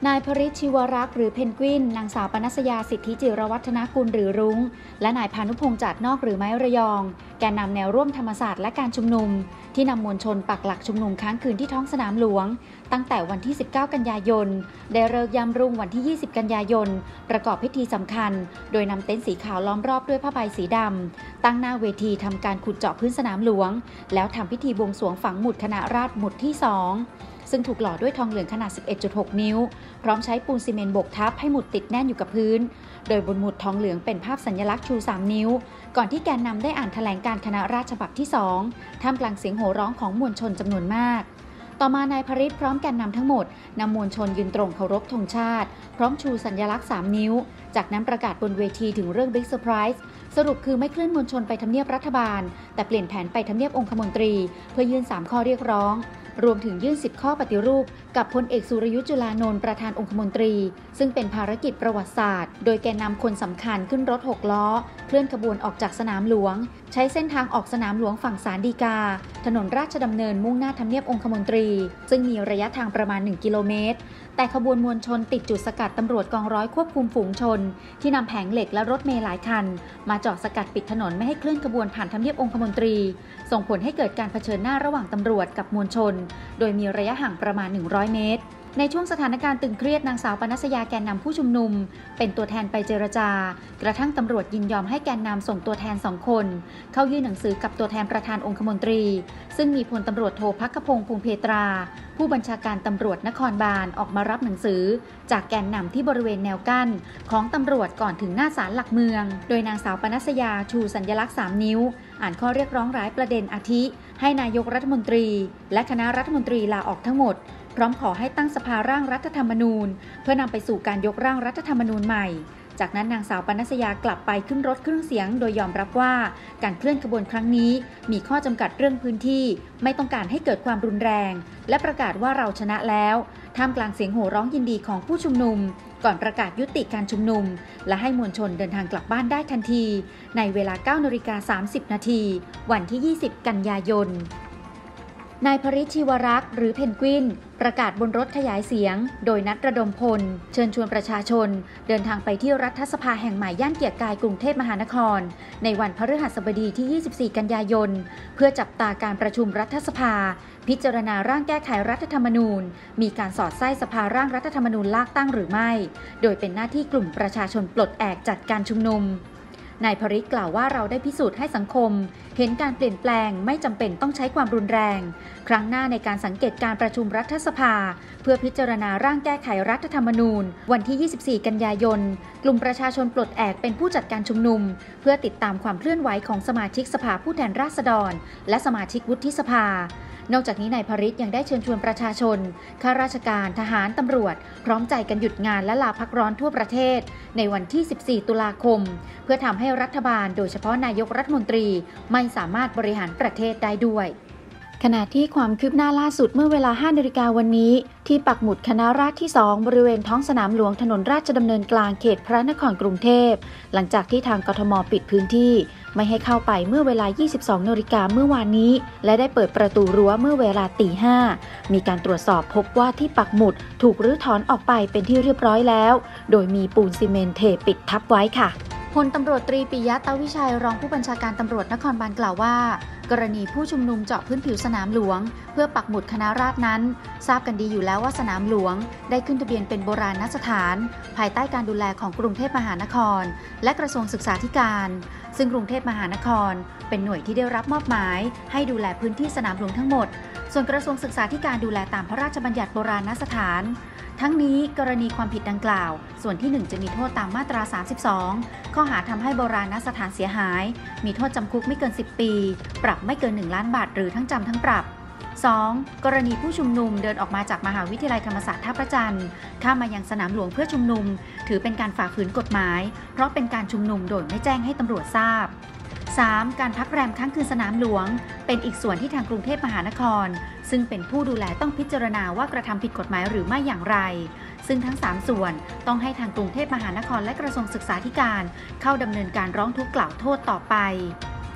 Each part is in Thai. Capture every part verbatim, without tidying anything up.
นายพริช ชีวรักษ์หรือเพนกวินนางสาวปนัสยาสิทธิจิรวัฒนกุลหรือรุ้งและนายพานุพงษ์จาดนอกหรือไม้ระยองแกนนำแนวร่วมธรรมศาสตร์และการชุมนุมที่นำมวลชนปักหลักชุมนุมค้างคืนที่ท้องสนามหลวงตั้งแต่วันที่สิบเก้ากันยายนได้ฤกษ์ยามรุ่งวันที่ยี่สิบกันยายนประกอบพิธีสำคัญโดยนำเต็นท์สีขาวล้อมรอบด้วยผ้าใบสีดำตั้งหน้าเวทีทำการขุดเจาะพื้นสนามหลวงแล้วทำพิธีบวงสรวงฝังหมุดคณะราษฎรหมุดที่สองซึ่งถูกหล่อด้วยทองเหลืองขนาด สิบเอ็ดจุดหก นิ้วพร้อมใช้ปูนซีเมนต์โบกทับให้หมุดติดแน่นอยู่กับพื้นโดยบนหมุดทองเหลืองเป็นภาพสัญลักษณ์ชูสามนิ้วก่อนที่แกนนำได้อ่านแถลงการคณะราษฎรฉบับที่สองท่ามกลางเสียงโห่ร้องของมวลชนจำนวนมากต่อมานายพริชพร้อมแกนนำทั้งหมดนำมวลชนยืนตรงเคารพธงชาติพร้อมชูสัญลักษณ์สามนิ้วจากนั้นประกาศบนเวทีถึงเรื่องบิ๊กเซอร์ไพรส์สรุปคือไม่เคลื่อนมวลชนไปทำเนียบรัฐบาลแต่เปลี่ยนแผนไปทำเนียบองคมนตรีเพื่อยื่นสามข้อเรียกร้องรวมถึงยื่นสิบข้อปฏิรูปกับพลเอกสุรยุทธ์จุลานนท์ประธานองคมนตรีซึ่งเป็นภารกิจประวัติศาสตร์โดยแกนนำคนสำคัญขึ้นรถหกล้อเคลื่อนขบวนออกจากสนามหลวงใช้เส้นทางออกสนามหลวงฝั่งศาลฎีกาถนนราชดำเนินมุ่งหน้าทำเนียบองคมนตรีซึ่งมีระยะทางประมาณหนึ่งกิโลเมตรแต่ขบวนมวลชนติดจุดสกัดตำรวจกองร้อยควบคุมฝูงชนที่นำแผงเหล็กและรถเมล์หลายคันมาจอดสกัดปิดถนนไม่ให้เคลื่อนขบวนผ่านทำเนียบองคมนตรีส่งผลให้เกิดการเผชิญหน้าระหว่างตำรวจกับมวลชนโดยมีระยะห่างประมาณหนึ่งร้อยเมตรในช่วงสถานการณ์ตึงเครียดนางสาวปนัสยาแกนนำผู้ชุมนุมเป็นตัวแทนไปเจรจากระทั่งตำรวจยินยอมให้แกนนำส่งตัวแทนสองคนเข้ายื่นหนังสือกับตัวแทนประธานองคมนตรีซึ่งมีพลตำรวจโทภักพงษ์พงษ์เพตราผู้บัญชาการตำรวจนครบาลออกมารับหนังสือจากแกนนำที่บริเวณแนวกั้นของตำรวจก่อนถึงหน้าศาลหลักเมืองโดยนางสาวปนัสยาชูสัญลักษณ์สามนิ้วอ่านข้อเรียกร้องหลายประเด็นอาทิให้นายกรัฐมนตรีและคณะรัฐมนตรีลาออกทั้งหมดพร้อมขอให้ตั้งสภาร่างรัฐธรรมนูญเพื่อนำไปสู่การยกร่างรัฐธรรมนูญใหม่จากนั้นนางสาวปนัสยากลับไปขึ้นรถเครื่องเสียงโดยยอมรับว่าการเคลื่อนขบวนครั้งนี้มีข้อจำกัดเรื่องพื้นที่ไม่ต้องการให้เกิดความรุนแรงและประกาศว่าเราชนะแล้วท่ามกลางเสียงโห่ร้องยินดีของผู้ชุมนุมก่อนประกาศยุติการชุมนุมและให้มวลชนเดินทางกลับบ้านได้ทันทีในเวลา เก้านาฬิกาสามสิบนาทีวันที่ยี่สิบกันยายนนายพริช ชีวรักษ์หรือเพนกวินประกาศบนรถขยายเสียงโดยนัดระดมพลเชิญชวนประชาชนเดินทางไปที่รัฐสภาแห่งใหม่ย่านเกียรติกายกรุงเทพมหานครในวันพฤหัสบดีที่ยี่สิบสี่กันยายนเพื่อจับตาการประชุมรัฐสภาพิจารณาร่างแก้ไขรัฐธรรมนูญมีการสอดไส้สภาร่างรัฐธรรมนูญลากตั้งหรือไม่โดยเป็นหน้าที่กลุ่มประชาชนปลดแอกจัดการชุมนุมนายพริชกล่าวว่าเราได้พิสูจน์ให้สังคมเห็นการเปลี่ยนแปลงไม่จำเป็นต้องใช้ความรุนแรงครั้งหน้าในการสังเกตการประชุมรัฐสภาเพื่อพิจารณาร่างแก้ไขรัฐธรรมนูญวันที่ยี่สิบสี่กันยายนกลุ่มประชาชนปลดแอกเป็นผู้จัดการชุมนุมเพื่อติดตามความเคลื่อนไหวของสมาชิกสภาผู้แทนราษฎรและสมาชิกวุฒิสภานอกจากนี้นายพริชยังได้เชิญชวนประชาชนข้าราชการทหารตำรวจพร้อมใจกันหยุดงานและลาพักร้อนทั่วประเทศในวันที่สิบสี่ตุลาคมเพื่อทำให้รัฐบาลโดยเฉพาะนายกรัฐมนตรีไม่สามารถบริหารประเทศได้ด้วยขณะที่ความคืบหน้าล่าสุดเมื่อเวลาห้านาฬิกาวันนี้ที่ปักหมุดคณะราษฎรที่สองบริเวณท้องสนามหลวงถนนราชดำเนินกลางเขตพระนครกรุงเทพหลังจากที่ทางกทมปิดพื้นที่ไม่ให้เข้าไปเมื่อเวลายี่สิบสองนาฬิกาเมื่อวานนี้และได้เปิดประตูรั้วเมื่อเวลาตีห้ามีการตรวจสอบพบว่าที่ปักหมุดถูกรื้อถอนออกไปเป็นที่เรียบร้อยแล้วโดยมีปูนซีเมนต์เทปิดทับไว้ค่ะพลตำรวจตรีปิยะ ตาวิชัยรองผู้บัญชาการตำรวจนครบาลกล่าวว่ากรณีผู้ชุมนุมเจาะพื้นผิวสนามหลวงเพื่อปักหมุดคณะราษฎรนั้นทราบกันดีอยู่แล้วว่าสนามหลวงได้ขึ้นทะเบียนเป็นโบราณสถานภายใต้การดูแลของกรุงเทพมหานครและกระทรวงศึกษาธิการซึ่งกรุงเทพมหานครเป็นหน่วยที่ได้รับมอบหมายให้ดูแลพื้นที่สนามหลวงทั้งหมดส่วนกระทรวงศึกษาธิการดูแลตามพระราชบัญญัติโบราณสถานทั้งนี้กรณีความผิดดังกล่าวส่วนที่หนึ่งจะมีโทษตามมาตราสามสิบสองข้อหาทำให้โบราณสถานเสียหายมีโทษจำคุกไม่เกินสิบปีปรับไม่เกินหนึ่งล้านบาทหรือทั้งจำทั้งปรับ สอง. กรณีผู้ชุมนุมเดินออกมาจากมหาวิทยาลัยธรรมศาสตร์ท่าพระจันทร์ข้ามมายังสนามหลวงเพื่อชุมนุมถือเป็นการฝ่าฝืนกฎหมายเพราะเป็นการชุมนุมโดยไม่แจ้งให้ตำรวจทราบ สาม. การพักแรมค้างคืนสนามหลวงเป็นอีกส่วนที่ทางกรุงเทพมหานครซึ่งเป็นผู้ดูแลต้องพิจารณาว่ากระทำผิดกฎหมายหรือไม่อย่างไรซึ่งทั้งสามส่วนต้องให้ทางกรุงเทพมหานครและกระทรวงศึกษาธิการเข้าดำเนินการร้องทุกข์กล่าวโทษต่อไป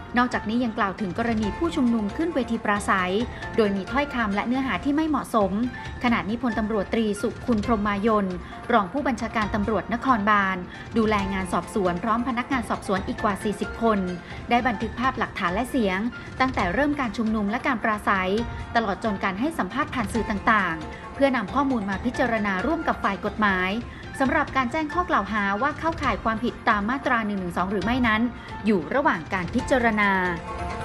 นอกจากนี้ยังกล่าวถึงกรณีผู้ชุมนุมขึ้นเวทีปราศัยโดยมีถ้อยคำและเนื้อหาที่ไม่เหมาะสมขณะนี้พลตำรวจตรีสุคุณพรหมายนรองผู้บัญชาการตำรวจนครบาลดูแลงานสอบสวนพร้อมพนักงานสอบสวนอีกกว่าสี่สิบคนได้บันทึกภาพหลักฐานและเสียงตั้งแต่เริ่มการชุมนุมและการปราศัยตลอดจนการให้สัมภาษณ์ผ่านสื่อต่างๆเพื่อนำข้อมูลมาพิจารณาร่วมกับฝ่ายกฎหมายสำหรับการแจ้งข้อกล่าวหาว่าเข้าข่ายความผิดตามมาตราหนึ่งหนึ่งสองหรือไม่นั้นอยู่ระหว่างการพิจารณา